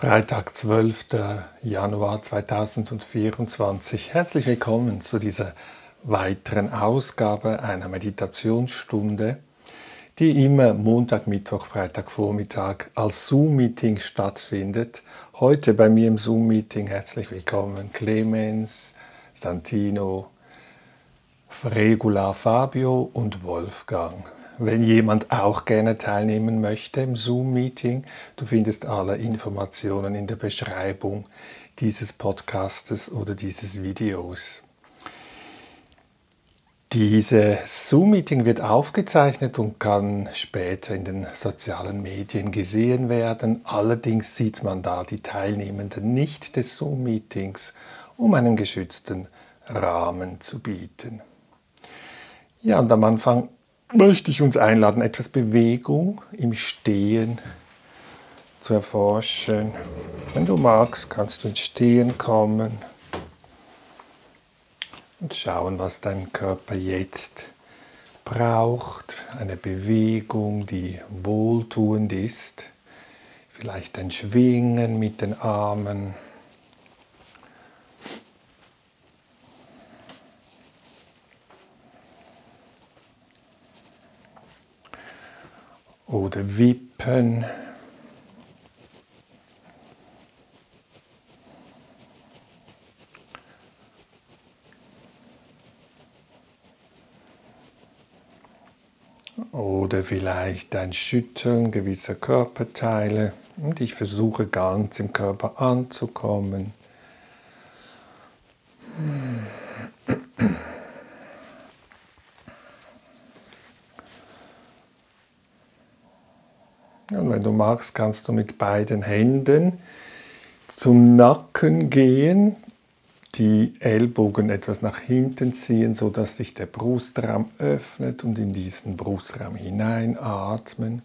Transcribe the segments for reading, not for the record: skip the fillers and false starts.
Freitag, 12. Januar 2024. Herzlich willkommen zu dieser weiteren Ausgabe einer Meditationsstunde, die immer Montag, Mittwoch, Freitag, Vormittag als Zoom-Meeting stattfindet. Heute bei mir im Zoom-Meeting herzlich willkommen Clemens, Santino, Regula, Fabio und Wolfgang. Wenn jemand auch gerne teilnehmen möchte im Zoom-Meeting, du findest alle Informationen in der Beschreibung dieses Podcastes oder dieses Videos. Dieses Zoom-Meeting wird aufgezeichnet und kann später in den sozialen Medien gesehen werden. Allerdings sieht man da die Teilnehmenden nicht des Zoom-Meetings, um einen geschützten Rahmen zu bieten. Ja, und am Anfang möchte ich uns einladen, etwas Bewegung im Stehen zu erforschen. Wenn du magst, kannst du ins Stehen kommen und schauen, was dein Körper jetzt braucht. Eine Bewegung, die wohltuend ist. Vielleicht ein Schwingen mit den Armen. Oder wippen. Oder vielleicht ein Schütteln gewisser Körperteile. Und ich versuche ganz im Körper anzukommen. Und wenn du magst, kannst du mit beiden Händen zum Nacken gehen, die Ellbogen etwas nach hinten ziehen, sodass sich der Brustraum öffnet und in diesen Brustraum hineinatmen.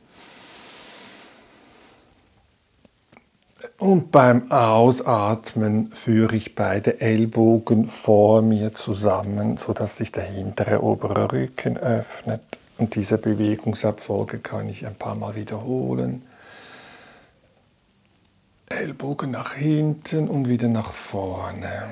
Und beim Ausatmen führe ich beide Ellbogen vor mir zusammen, sodass sich der hintere obere Rücken öffnet. Und diese Bewegungsabfolge kann ich ein paar Mal wiederholen. Ellbogen nach hinten und wieder nach vorne.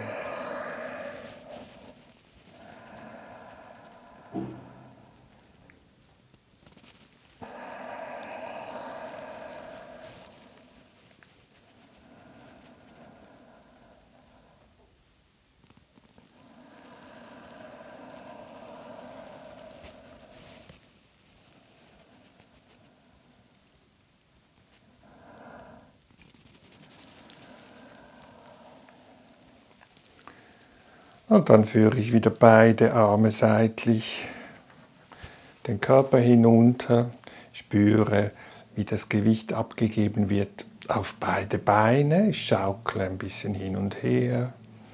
Und dann führe ich wieder beide Arme seitlich den Körper hinunter, spüre, wie das Gewicht abgegeben wird auf beide Beine. Ich schaukle ein bisschen hin und her.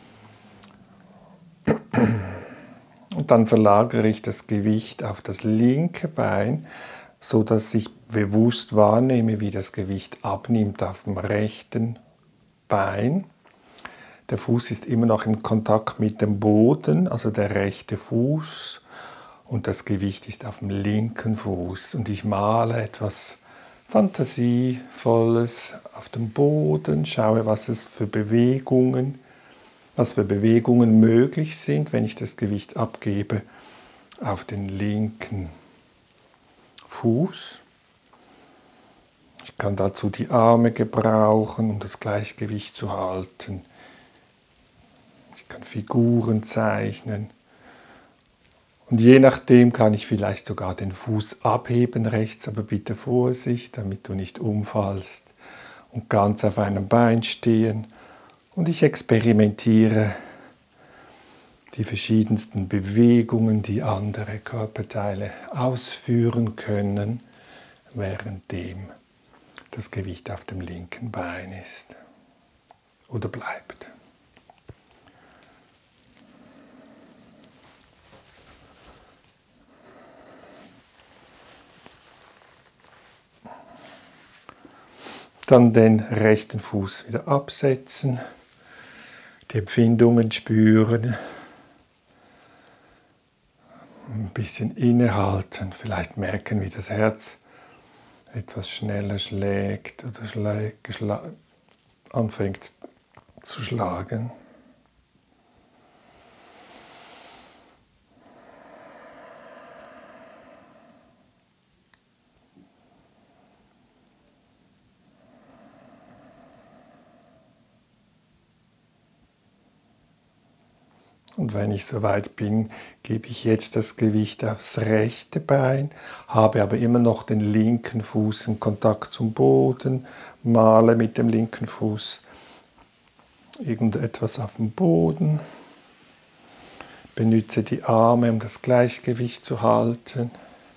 Und dann verlagere ich das Gewicht auf das linke Bein, sodass ich bewusst wahrnehme, wie das Gewicht abnimmt auf dem rechten Bein. Der Fuß ist immer noch im Kontakt mit dem Boden, also der rechte Fuß, und das Gewicht ist auf dem linken Fuß. Und ich male etwas Fantasievolles auf dem Boden, schaue, was für Bewegungen möglich sind, wenn ich das Gewicht abgebe auf den linken Fuß. Ich kann dazu die Arme gebrauchen, um das Gleichgewicht zu halten. Ich kann Figuren zeichnen. Und je nachdem kann ich vielleicht sogar den Fuß abheben rechts, aber bitte Vorsicht, damit du nicht umfallst. Und ganz auf einem Bein stehen. Und ich experimentiere die verschiedensten Bewegungen, die andere Körperteile ausführen können, währenddem das Gewicht auf dem linken Bein ist oder bleibt. Dann den rechten Fuß wieder absetzen, die Empfindungen spüren, ein bisschen innehalten, vielleicht merken, wie das Herz etwas schneller schlägt oder anfängt zu schlagen. Und wenn ich soweit bin, gebe ich jetzt das Gewicht aufs rechte Bein, habe aber immer noch den linken Fuß im Kontakt zum Boden, male mit dem linken Fuß irgendetwas auf dem Boden, benütze die Arme, um das Gleichgewicht zu halten.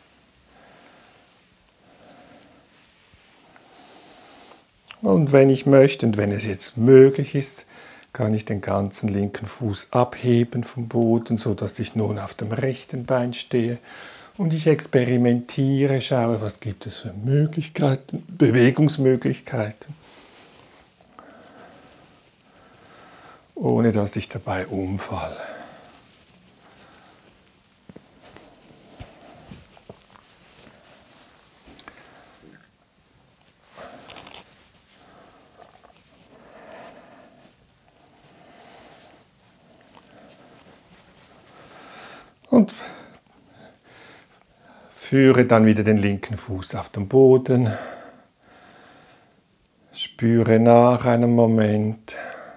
Und wenn ich möchte und wenn es jetzt möglich ist, kann ich den ganzen linken Fuß abheben vom Boden, sodass ich nun auf dem rechten Bein stehe. Und ich experimentiere, schaue, was gibt es für Möglichkeiten, Bewegungsmöglichkeiten, ohne dass ich dabei umfalle. Und führe dann wieder den linken Fuß auf den Boden. Spüre nach einem Moment.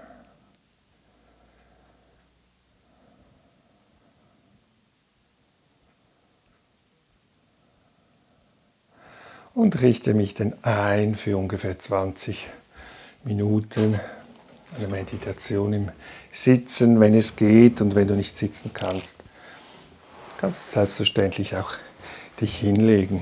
Und richte mich dann ein für ungefähr 20 Minuten. Eine Meditation im Sitzen, wenn es geht, und wenn du nicht sitzen kannst, kannst du selbstverständlich auch dich hinlegen.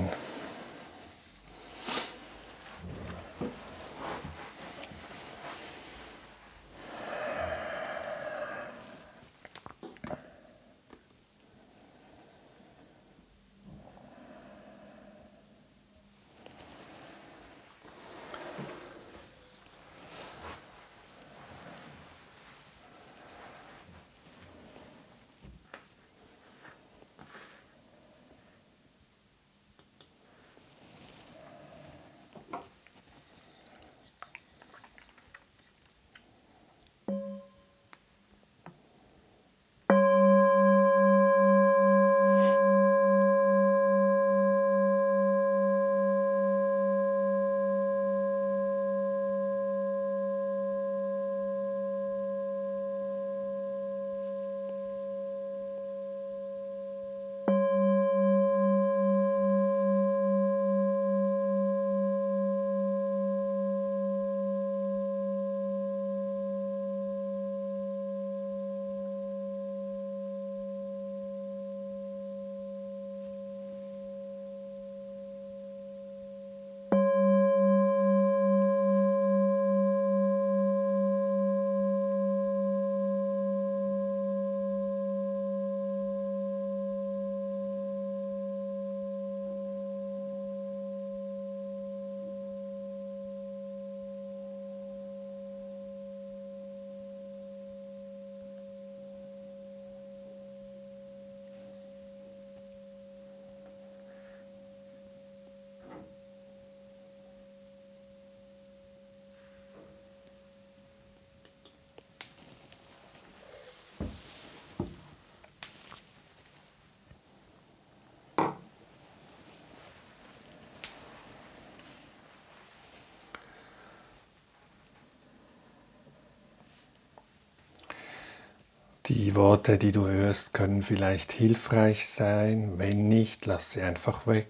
Die Worte, die du hörst, können vielleicht hilfreich sein. Wenn nicht, lass sie einfach weg.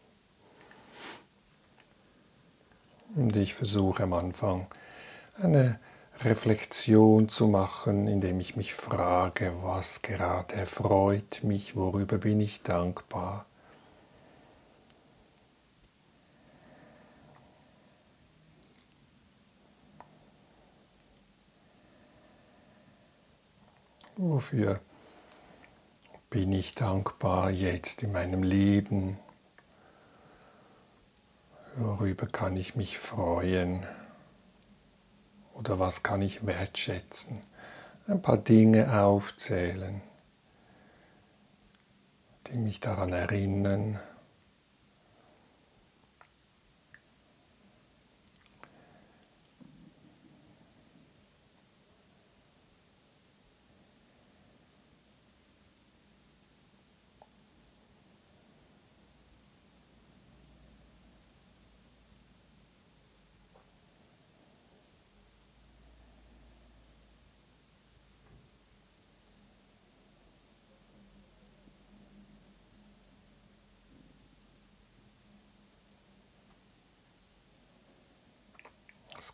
Und ich versuche am Anfang eine Reflexion zu machen, indem ich mich frage, was gerade erfreut mich, worüber bin ich dankbar. Wofür bin ich dankbar jetzt in meinem Leben? Worüber kann ich mich freuen? Oder was kann ich wertschätzen? Ein paar Dinge aufzählen, die mich daran erinnern,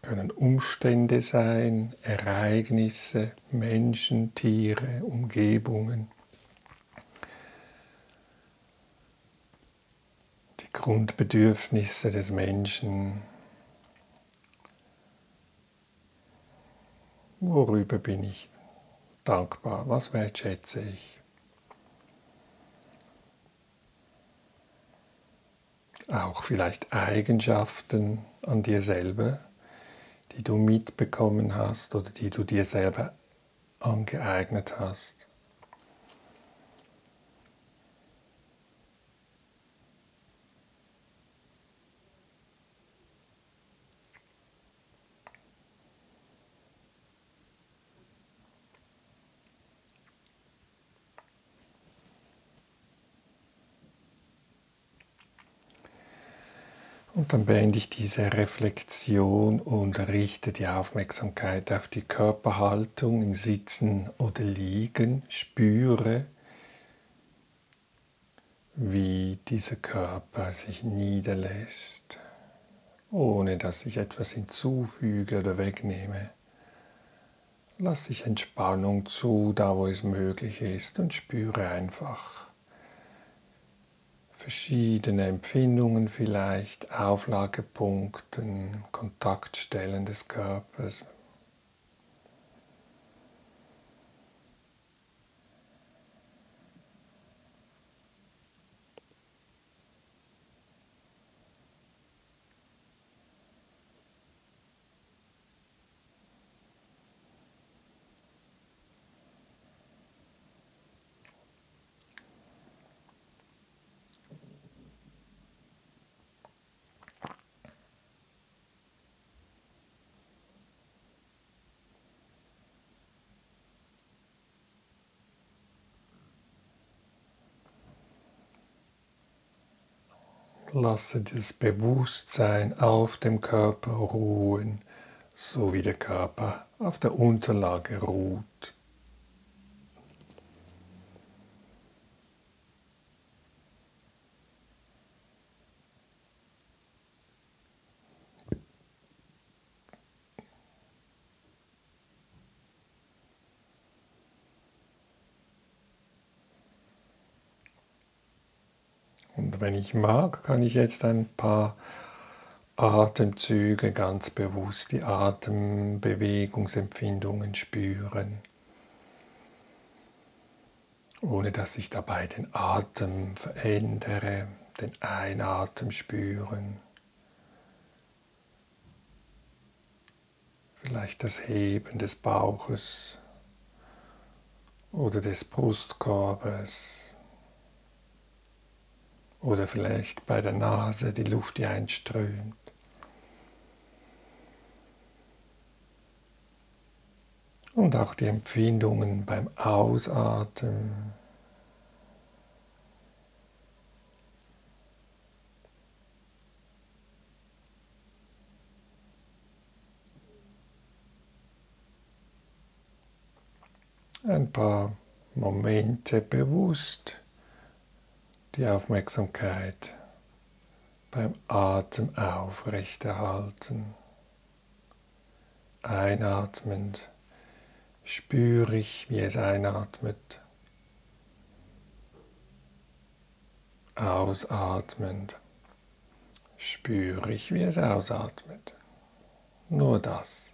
Können Umstände sein, Ereignisse, Menschen, Tiere, Umgebungen. Die Grundbedürfnisse des Menschen. Worüber bin ich dankbar? Was wertschätze ich? Auch vielleicht Eigenschaften an dir selber, die du mitbekommen hast oder die du dir selber angeeignet hast. Und dann beende ich diese Reflexion und richte die Aufmerksamkeit auf die Körperhaltung im Sitzen oder Liegen. Spüre, wie dieser Körper sich niederlässt, ohne dass ich etwas hinzufüge oder wegnehme. Lass ich Entspannung zu, da wo es möglich ist, und spüre einfach verschiedene Empfindungen vielleicht, Auflagepunkten, Kontaktstellen des Körpers. Lasse das Bewusstsein auf dem Körper ruhen, so wie der Körper auf der Unterlage ruht. Und wenn ich mag, kann ich jetzt ein paar Atemzüge ganz bewusst, die Atembewegungsempfindungen spüren, ohne dass ich dabei den Atem verändere, den Einatmen spüren, vielleicht das Heben des Bauches oder des Brustkorbes. Oder vielleicht bei der Nase die Luft, die einströmt. Und auch die Empfindungen beim Ausatmen. Ein paar Momente bewusst die Aufmerksamkeit beim Atem aufrechterhalten. Einatmend spüre ich, wie es einatmet. Ausatmend spüre ich, wie es ausatmet. Nur das.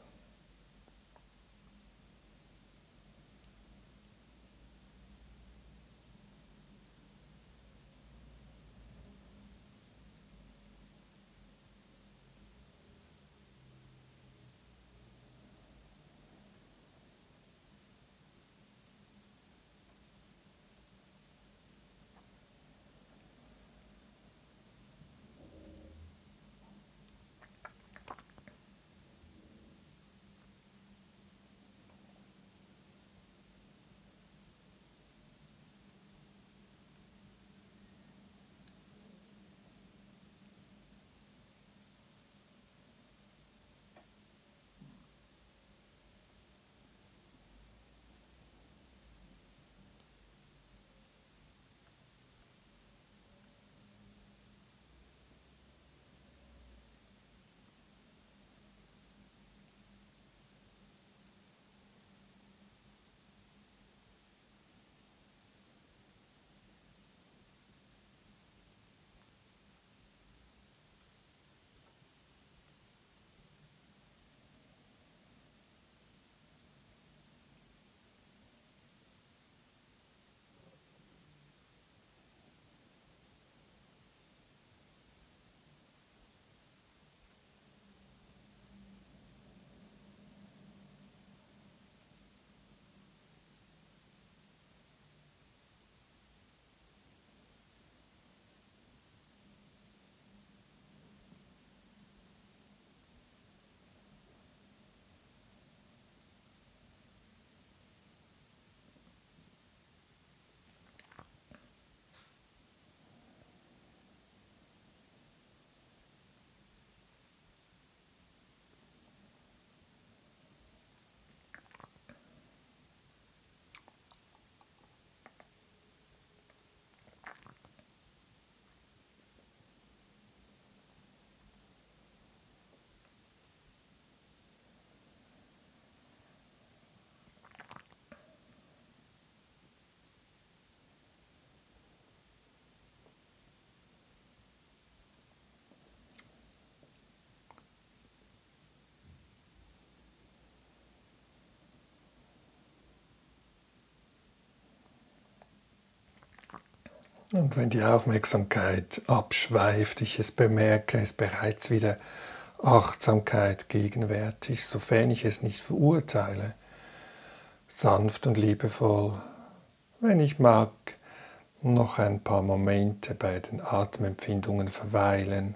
Und wenn die Aufmerksamkeit abschweift, ich es bemerke, ist bereits wieder Achtsamkeit gegenwärtig, sofern ich es nicht verurteile, sanft und liebevoll. Wenn ich mag, noch ein paar Momente bei den Atemempfindungen verweilen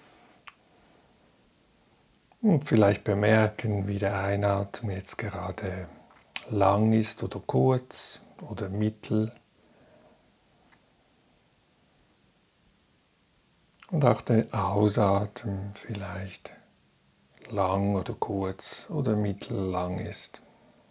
und vielleicht bemerken, wie der Einatmen jetzt gerade lang ist oder kurz oder mittel. Und auch der Ausatmen vielleicht lang oder kurz oder mittellang ist.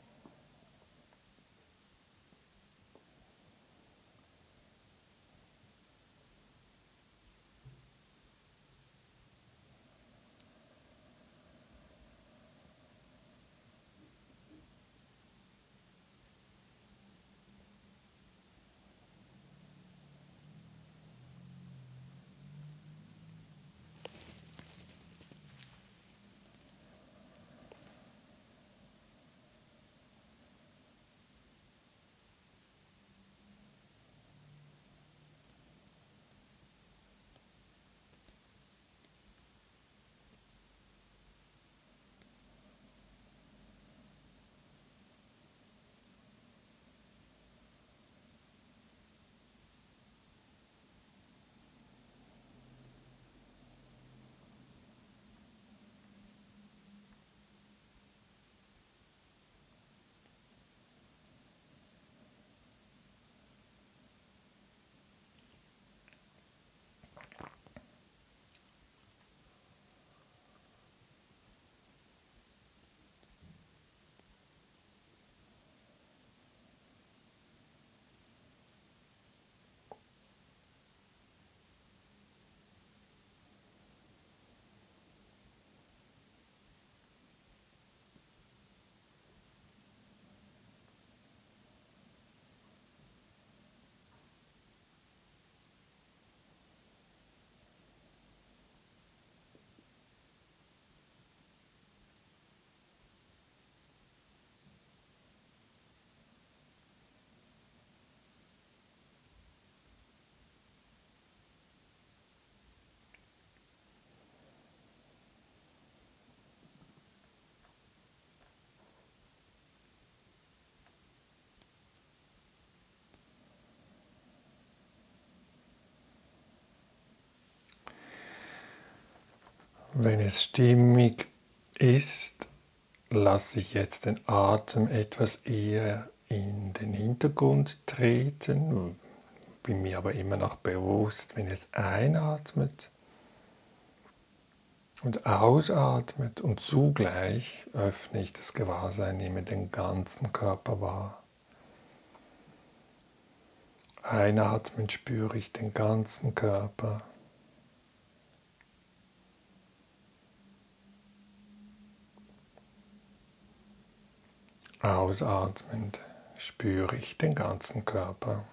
Wenn es stimmig ist, lasse ich jetzt den Atem etwas eher in den Hintergrund treten, bin mir aber immer noch bewusst, wenn es einatmet und ausatmet und zugleich öffne ich das Gewahrsein, nehme den ganzen Körper wahr. Einatmen spüre ich den ganzen Körper. Ausatmend spüre ich den ganzen Körper.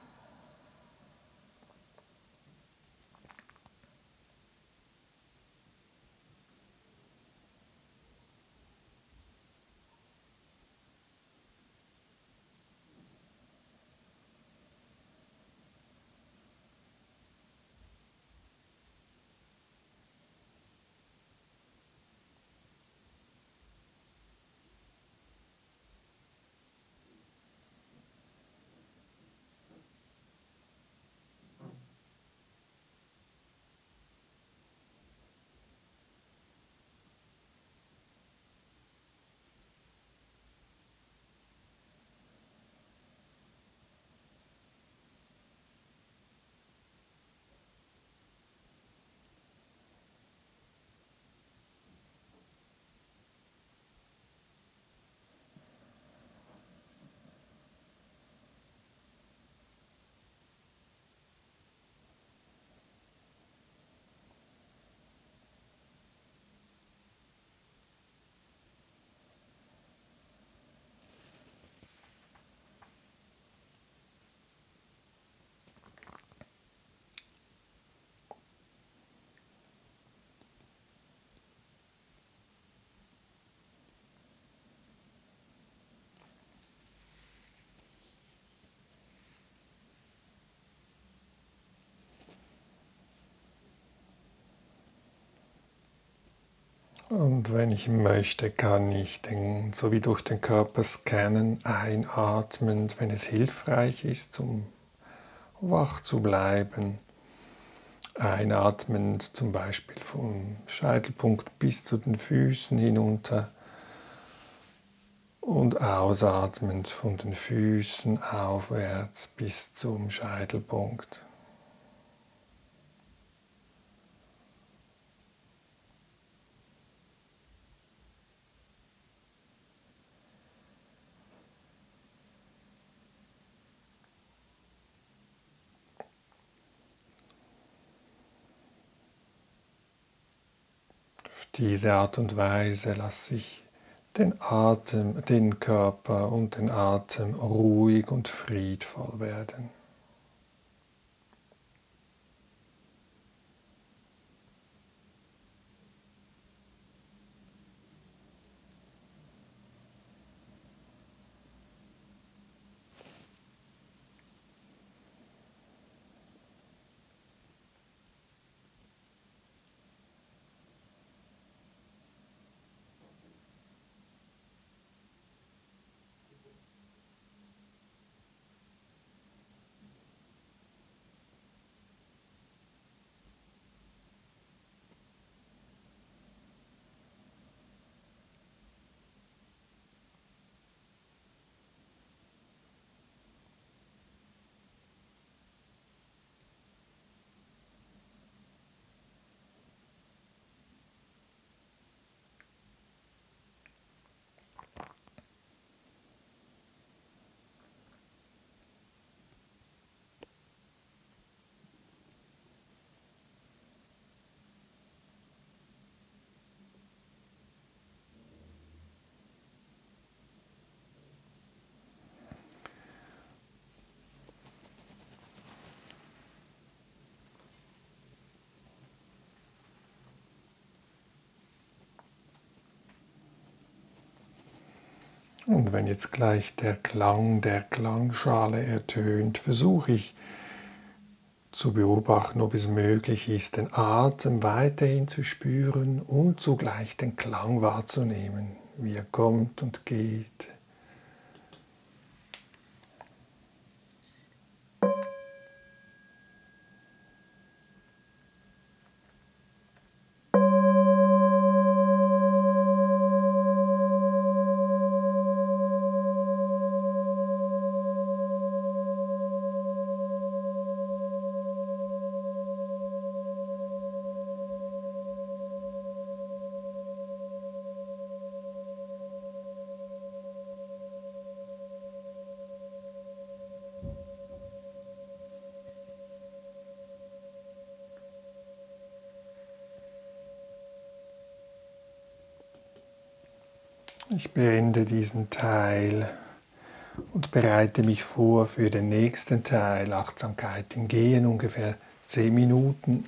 Und wenn ich möchte, kann ich so wie durch den Körper scannen, einatmend, wenn es hilfreich ist, um wach zu bleiben. Einatmend zum Beispiel vom Scheitelpunkt bis zu den Füßen hinunter und ausatmend von den Füßen aufwärts bis zum Scheitelpunkt. Auf diese Art und Weise lasse ich den Atem, den Körper und den Atem ruhig und friedvoll werden. Und wenn jetzt gleich der Klang der Klangschale ertönt, versuche ich zu beobachten, ob es möglich ist, den Atem weiterhin zu spüren und zugleich den Klang wahrzunehmen, wie er kommt und geht. Ich beende diesen Teil und bereite mich vor für den nächsten Teil, Achtsamkeit im Gehen, ungefähr 10 Minuten.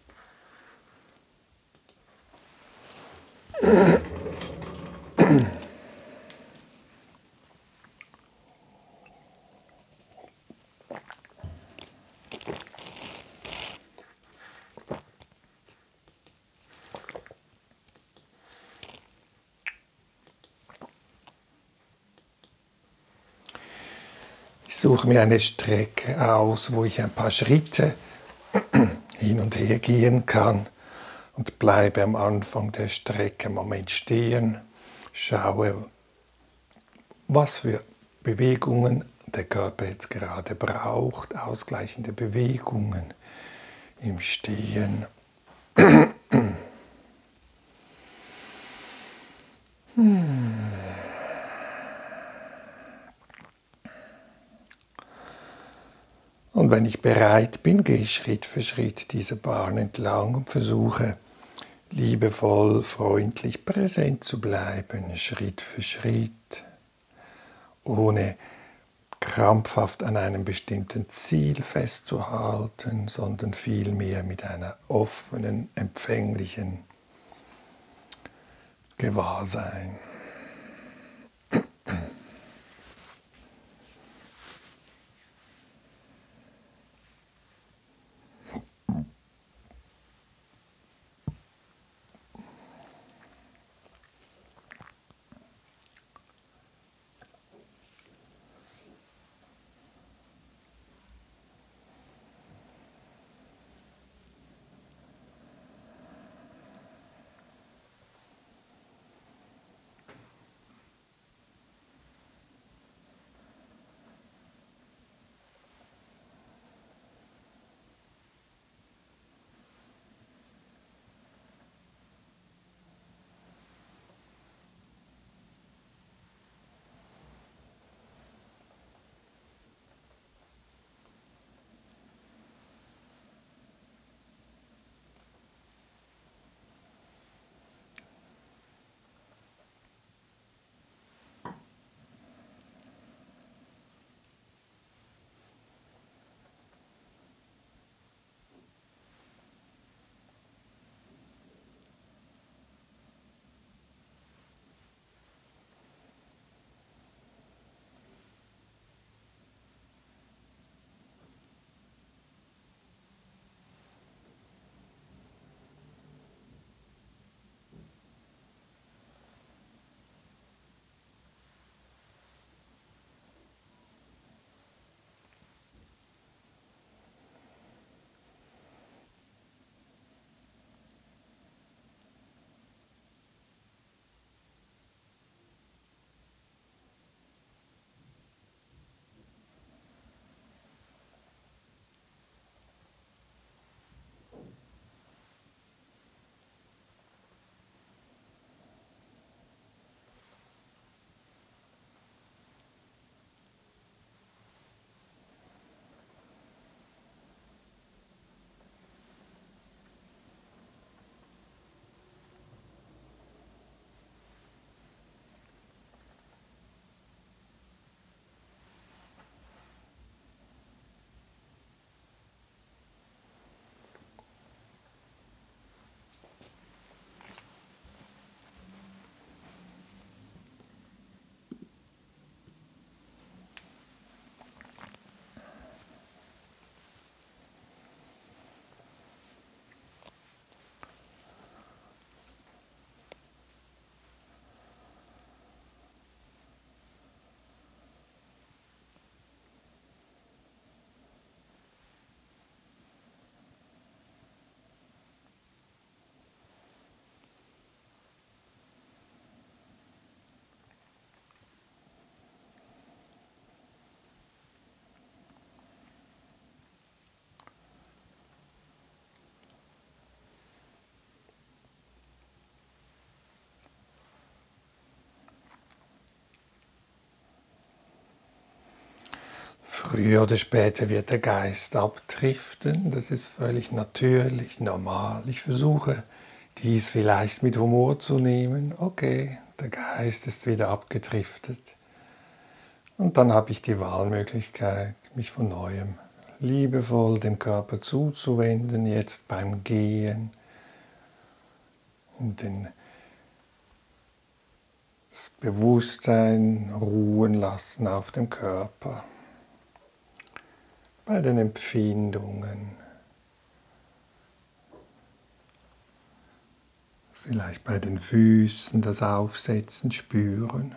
Ich suche mir eine Strecke aus, wo ich ein paar Schritte hin und her gehen kann und bleibe am Anfang der Strecke einen Moment stehen, schaue, was für Bewegungen der Körper jetzt gerade braucht, ausgleichende Bewegungen im Stehen. Und wenn ich bereit bin, gehe ich Schritt für Schritt diese Bahn entlang und versuche liebevoll, freundlich präsent zu bleiben, Schritt für Schritt, ohne krampfhaft an einem bestimmten Ziel festzuhalten, sondern vielmehr mit einer offenen, empfänglichen Gewahrsein. Früher oder später wird der Geist abdriften, das ist völlig natürlich, normal. Ich versuche dies vielleicht mit Humor zu nehmen. Okay, der Geist ist wieder abgedriftet. Und dann habe ich die Wahlmöglichkeit, mich von neuem liebevoll dem Körper zuzuwenden, jetzt beim Gehen, das Bewusstsein ruhen lassen auf dem Körper, bei den Empfindungen, vielleicht bei den Füßen das Aufsetzen spüren.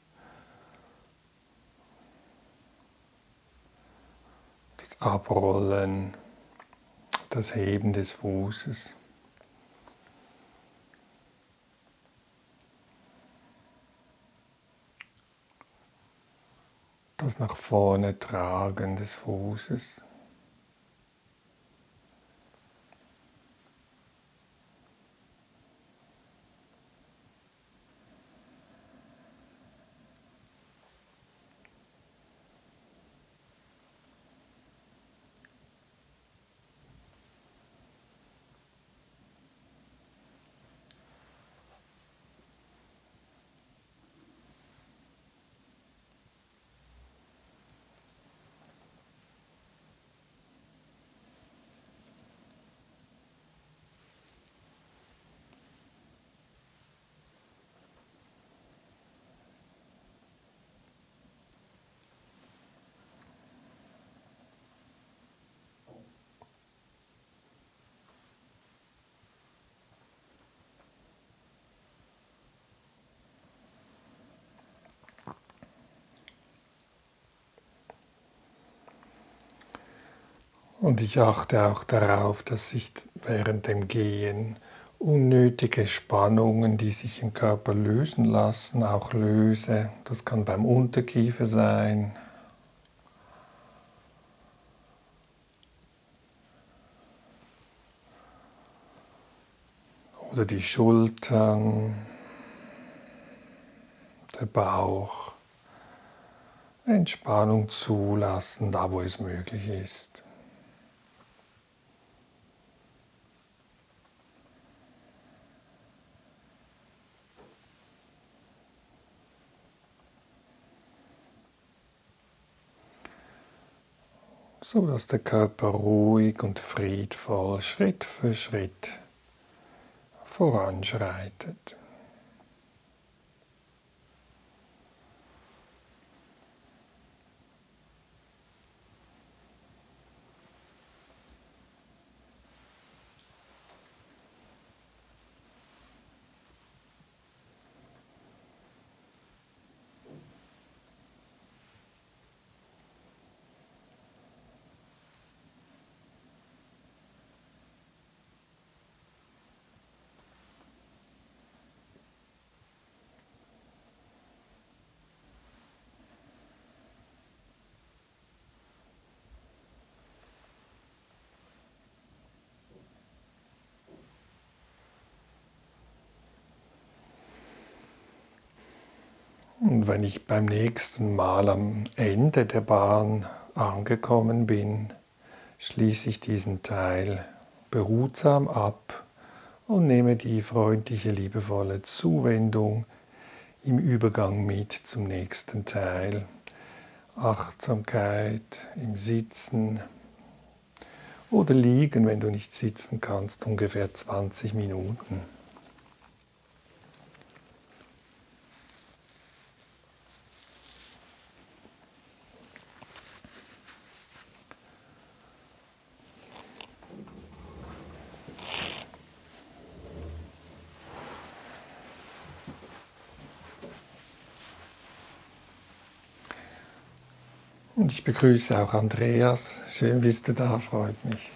Das Abrollen, das Heben des Fußes. Das nach vorne Tragen des Fußes. Und ich achte auch darauf, dass ich während dem Gehen unnötige Spannungen, die sich im Körper lösen lassen, auch löse. Das kann beim Unterkiefer sein. Oder die Schultern, der Bauch. Entspannung zulassen, da wo es möglich ist. So dass der Körper ruhig und friedvoll Schritt für Schritt voranschreitet. Und wenn ich beim nächsten Mal am Ende der Bahn angekommen bin, schließe ich diesen Teil behutsam ab und nehme die freundliche, liebevolle Zuwendung im Übergang mit zum nächsten Teil. Achtsamkeit im Sitzen oder Liegen, wenn du nicht sitzen kannst, ungefähr 20 Minuten. Und ich begrüße auch Andreas. Schön bist du da, freut mich.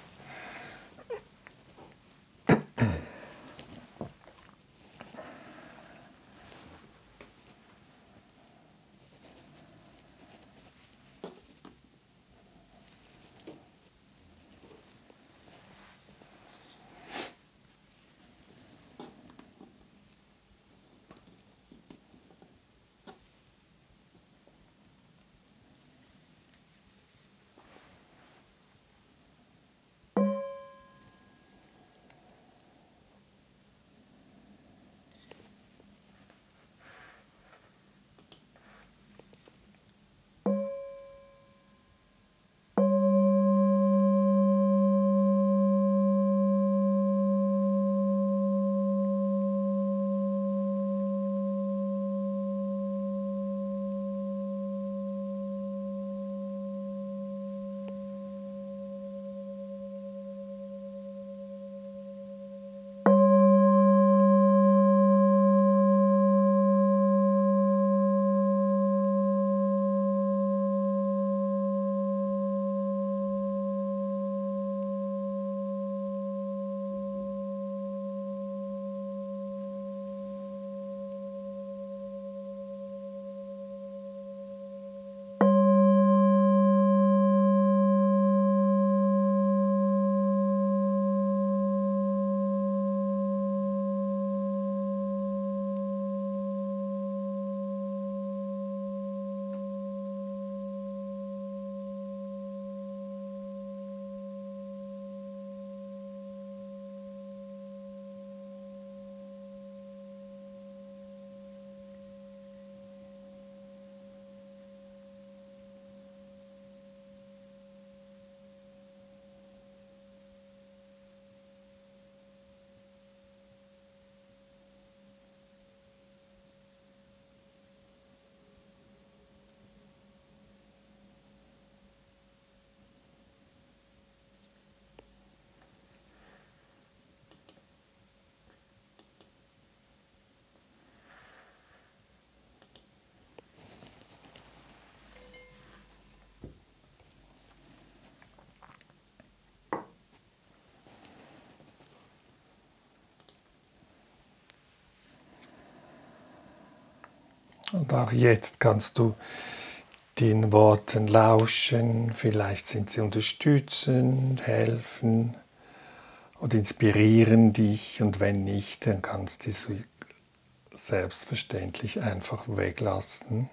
Und auch jetzt kannst du den Worten lauschen, vielleicht sind sie unterstützend, helfen oder inspirieren dich, und wenn nicht, dann kannst du sie selbstverständlich einfach weglassen.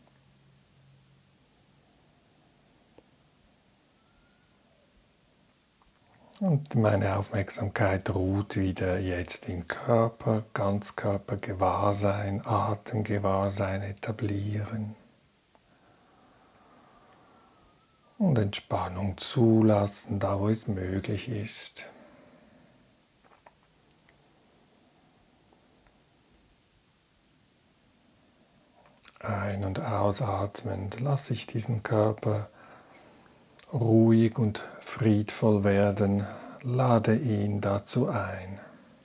Und meine Aufmerksamkeit ruht wieder jetzt im Körper, Ganzkörpergewahrsein, Atemgewahrsein etablieren und Entspannung zulassen, da wo es möglich ist. Ein- und ausatmend lasse ich diesen Körper ruhig und friedvoll werden, lade ihn dazu ein.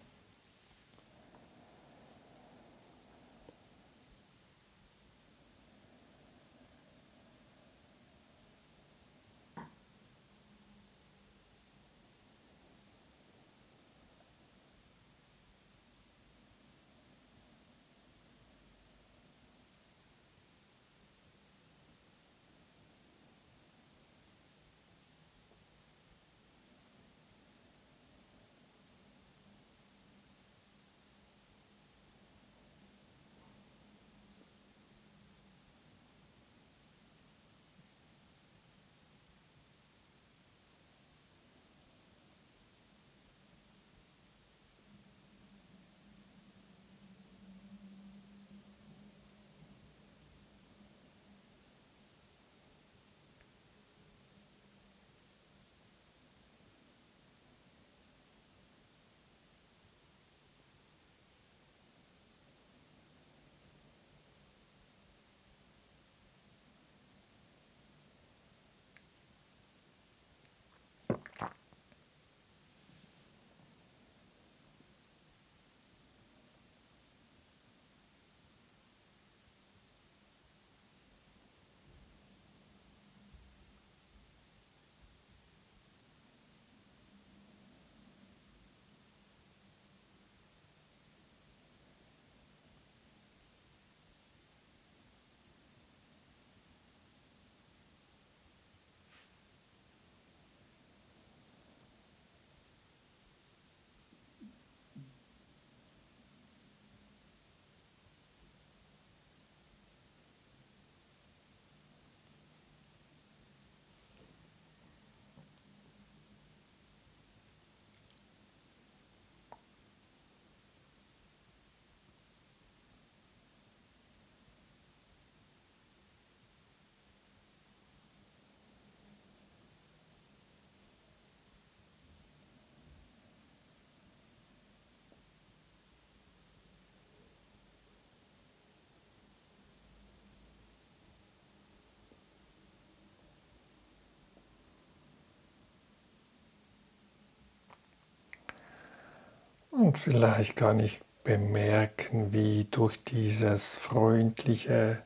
Und vielleicht kann ich bemerken, wie durch diese freundliche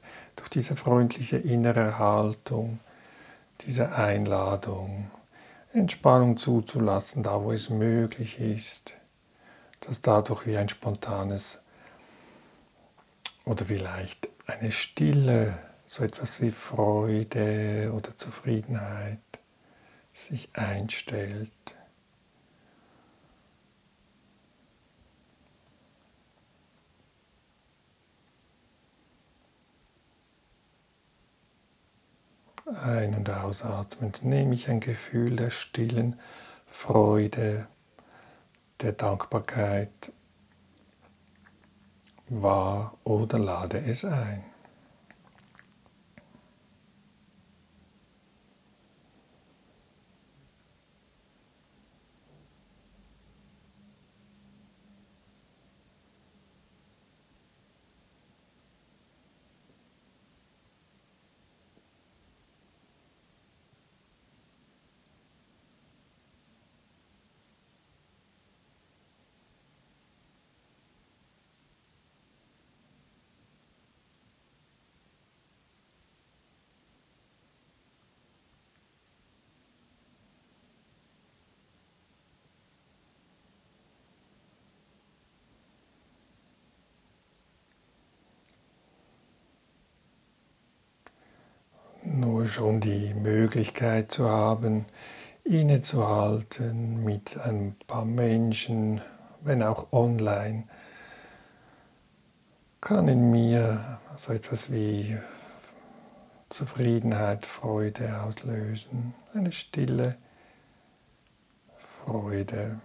innere Haltung, diese Einladung, Entspannung zuzulassen, da wo es möglich ist, dass dadurch wie ein spontanes oder vielleicht eine Stille, so etwas wie Freude oder Zufriedenheit sich einstellt. Ein- und ausatmend nehme ich ein Gefühl der stillen Freude, der Dankbarkeit wahr oder lade es ein. Nur schon die Möglichkeit zu haben, innezuhalten mit ein paar Menschen, wenn auch online, kann in mir so etwas wie Zufriedenheit, Freude auslösen, eine stille Freude.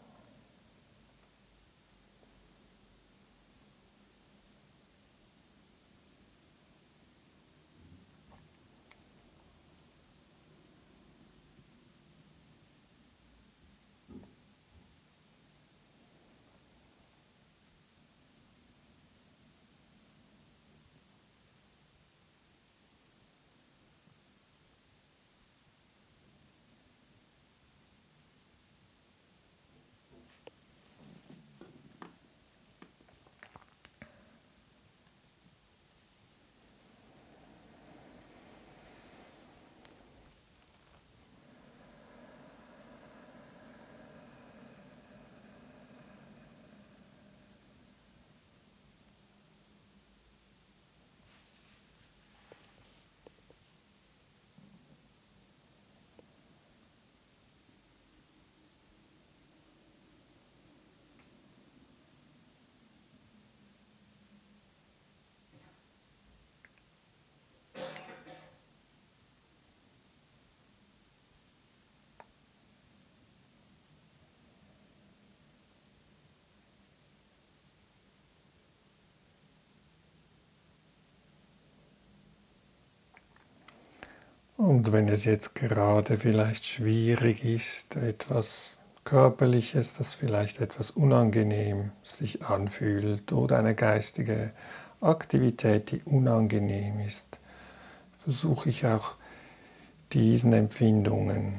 Und wenn es jetzt gerade vielleicht schwierig ist, etwas Körperliches, das vielleicht etwas unangenehm sich anfühlt oder eine geistige Aktivität, die unangenehm ist, versuche ich auch diesen Empfindungen,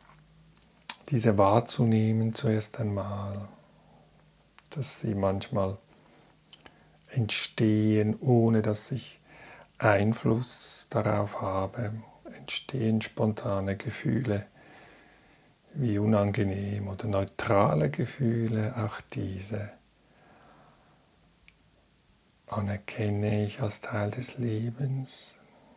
diese wahrzunehmen zuerst einmal, dass sie manchmal entstehen, ohne dass ich Einfluss darauf habe, entstehen spontane Gefühle wie unangenehm oder neutrale Gefühle, auch diese anerkenne ich als Teil des Lebens.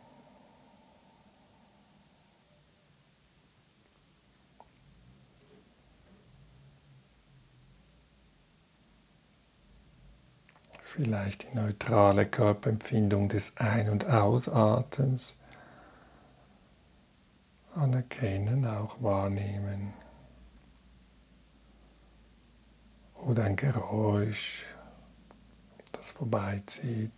Vielleicht die neutrale Körperempfindung des Ein- und Ausatems anerkennen, auch wahrnehmen. Oder ein Geräusch, das vorbeizieht.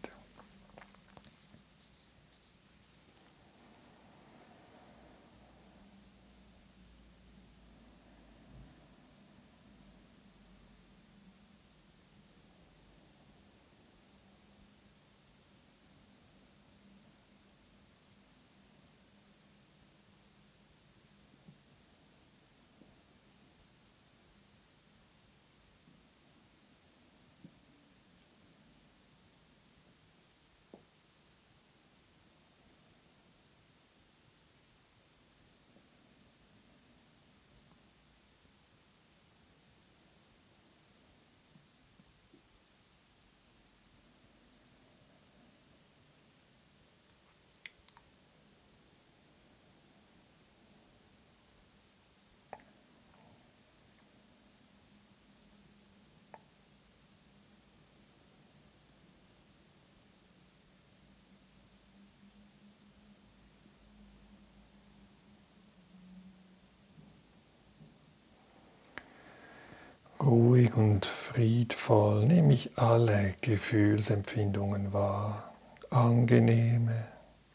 Ruhig und friedvoll nehme ich alle Gefühlsempfindungen wahr. Angenehme,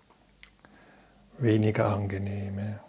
weniger angenehme.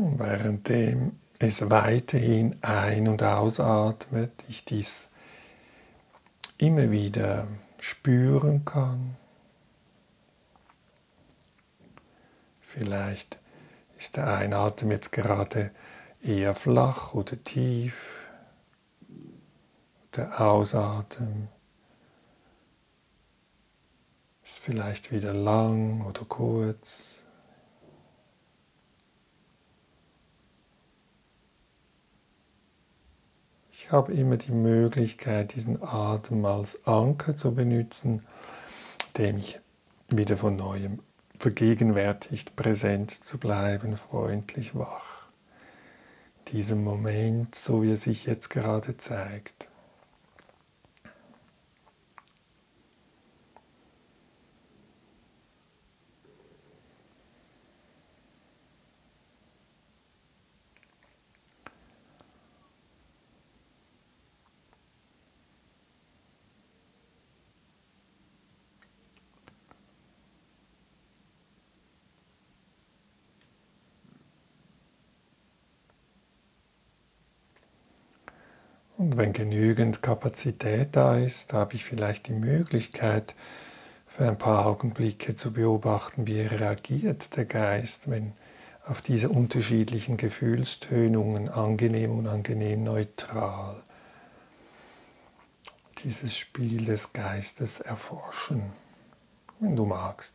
Währenddem es weiterhin ein- und ausatmet, ich dies immer wieder spüren kann. Vielleicht ist der Einatmen jetzt gerade eher flach oder tief, der Ausatmen ist vielleicht wieder lang oder kurz. Ich habe immer die Möglichkeit, diesen Atem als Anker zu benutzen, dem ich wieder von neuem vergegenwärtigt, präsent zu bleiben, freundlich wach. In diesem Moment, so wie er sich jetzt gerade zeigt. Und wenn genügend Kapazität da ist, habe ich vielleicht die Möglichkeit, für ein paar Augenblicke zu beobachten, wie reagiert der Geist, wenn auf diese unterschiedlichen Gefühlstönungen, angenehm, unangenehm, neutral, dieses Spiel des Geistes erforschen, wenn du magst.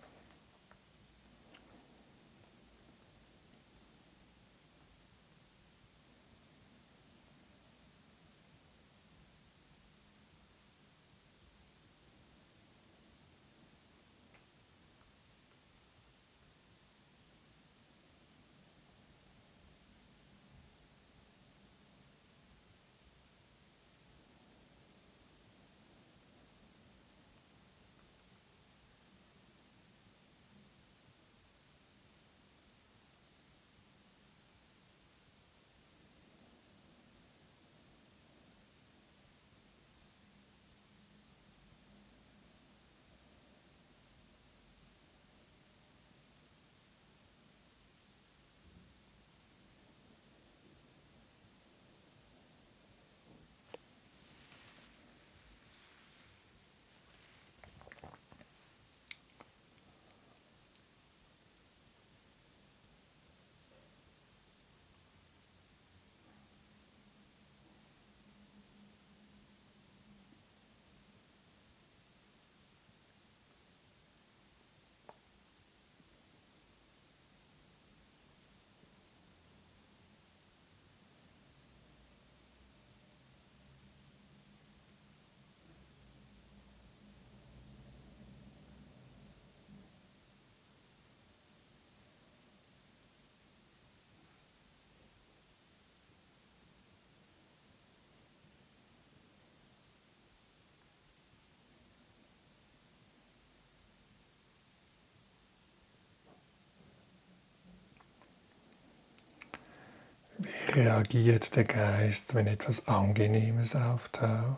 Wie reagiert der Geist, wenn etwas Angenehmes auftaucht?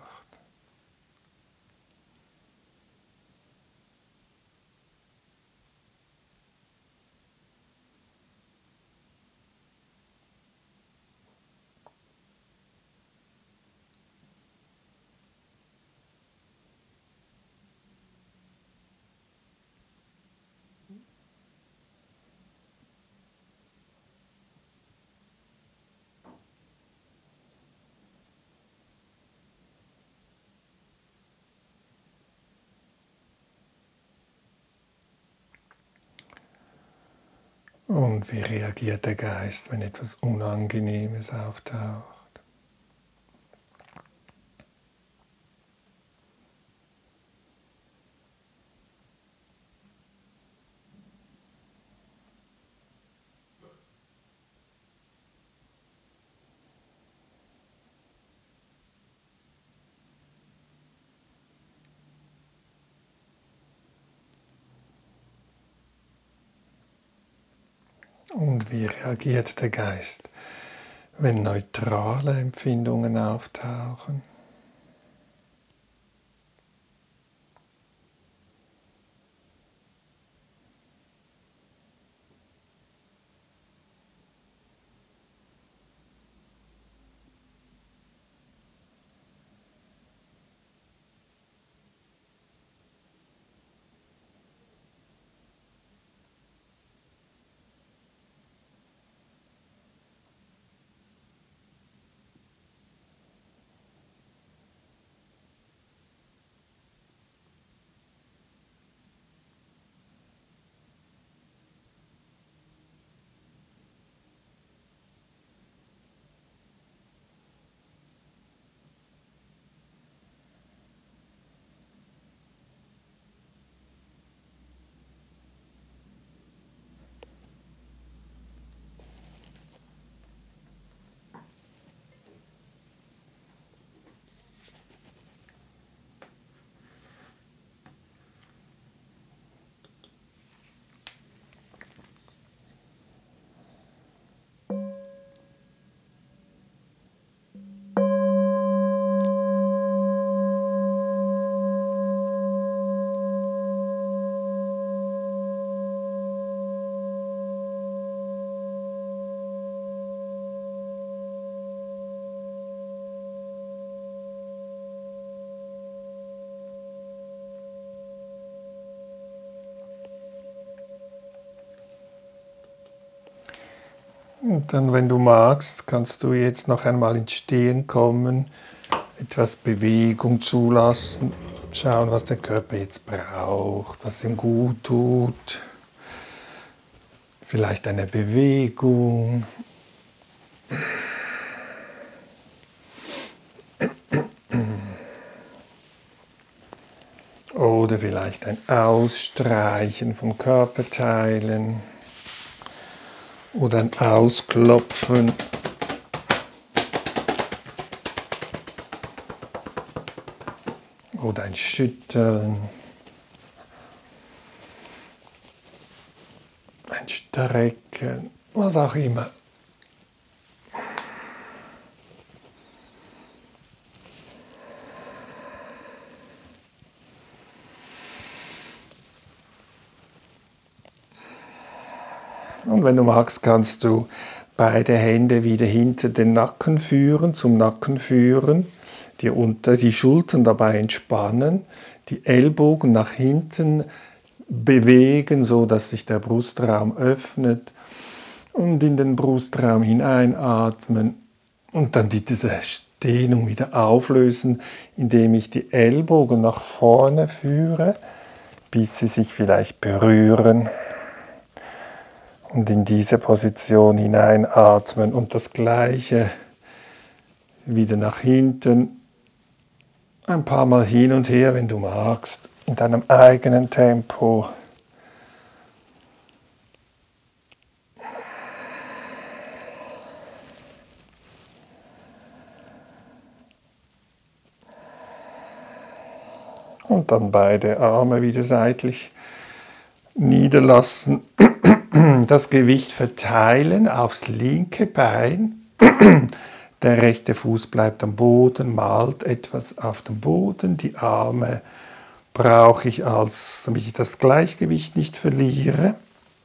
Und wie reagiert der Geist, wenn etwas Unangenehmes auftaucht? Und wie reagiert der Geist, wenn neutrale Empfindungen auftauchen? Und dann, wenn du magst, kannst du jetzt noch einmal ins Stehen kommen, etwas Bewegung zulassen, schauen, was der Körper jetzt braucht, was ihm gut tut. Vielleicht eine Bewegung. Oder vielleicht ein Ausstreichen von Körperteilen. Oder ein Ausklopfen. Oder ein Schütteln. Ein Strecken. Was auch immer. Und wenn du magst, kannst du beide Hände wieder hinter den Nacken führen, zum Nacken führen, dir unter die Schultern dabei entspannen, die Ellbogen nach hinten bewegen, so dass sich der Brustraum öffnet und in den Brustraum hineinatmen und dann diese Dehnung wieder auflösen, indem ich die Ellbogen nach vorne führe, bis sie sich vielleicht berühren. Und in diese Position hineinatmen und das Gleiche wieder nach hinten, ein paar Mal hin und her, wenn du magst, in deinem eigenen Tempo. Und dann beide Arme wieder seitlich niederlassen. Das Gewicht verteilen aufs linke Bein. Der rechte Fuß bleibt am Boden, malt etwas auf dem Boden. Die Arme brauche ich damit ich das Gleichgewicht nicht verliere.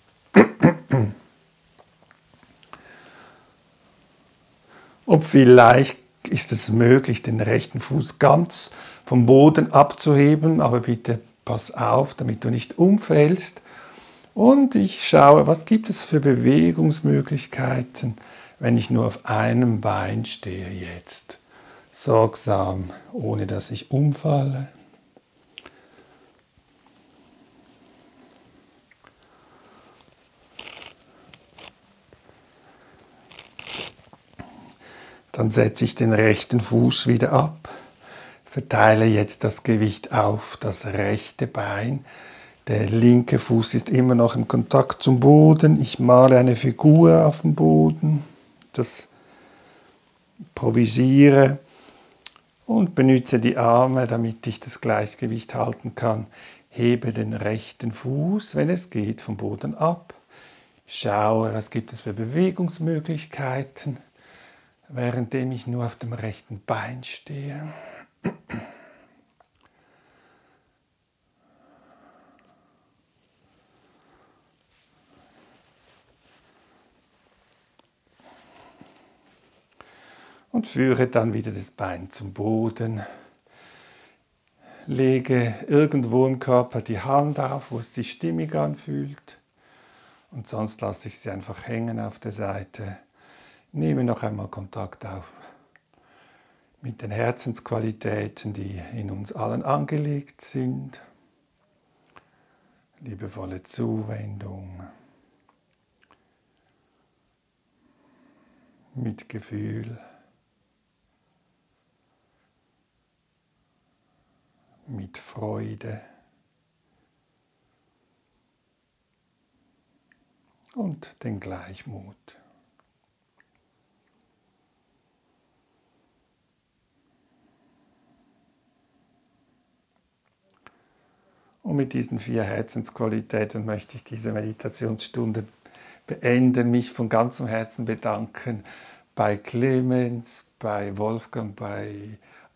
Und vielleicht ist es möglich, den rechten Fuß ganz vom Boden abzuheben, aber bitte pass auf, damit du nicht umfällst. Und ich schaue, was gibt es für Bewegungsmöglichkeiten, wenn ich nur auf einem Bein stehe jetzt. Sorgsam, ohne dass ich umfalle. Dann setze ich den rechten Fuß wieder ab, verteile jetzt das Gewicht auf das rechte Bein. Der linke Fuß ist immer noch im Kontakt zum Boden. Ich male eine Figur auf dem Boden, das improvisiere und benutze die Arme, damit ich das Gleichgewicht halten kann. Hebe den rechten Fuß, wenn es geht, vom Boden ab. Schaue, was gibt es für Bewegungsmöglichkeiten, währenddem ich nur auf dem rechten Bein stehe. Und führe dann wieder das Bein zum Boden. Lege irgendwo im Körper die Hand auf, wo es sich stimmig anfühlt. Und sonst lasse ich sie einfach hängen auf der Seite. Nehme noch einmal Kontakt auf mit den Herzensqualitäten, die in uns allen angelegt sind. Liebevolle Zuwendung, Mitgefühl, mit Freude und den Gleichmut. Und mit diesen 4 Herzensqualitäten möchte ich diese Meditationsstunde beenden, mich von ganzem Herzen bedanken bei Clemens, bei Wolfgang, bei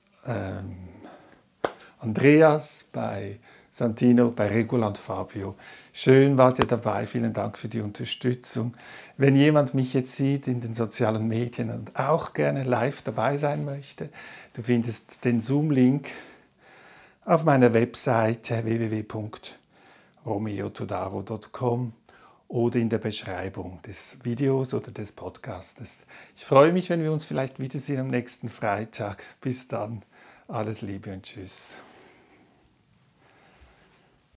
Andreas, bei Santino, bei Regula und Fabio. Schön wart ihr dabei, vielen Dank für die Unterstützung. Wenn jemand mich jetzt sieht in den sozialen Medien und auch gerne live dabei sein möchte, du findest den Zoom-Link auf meiner Webseite www.romeotodaro.com oder in der Beschreibung des Videos oder des Podcastes. Ich freue mich, wenn wir uns vielleicht wiedersehen am nächsten Freitag. Bis dann, alles Liebe und Tschüss.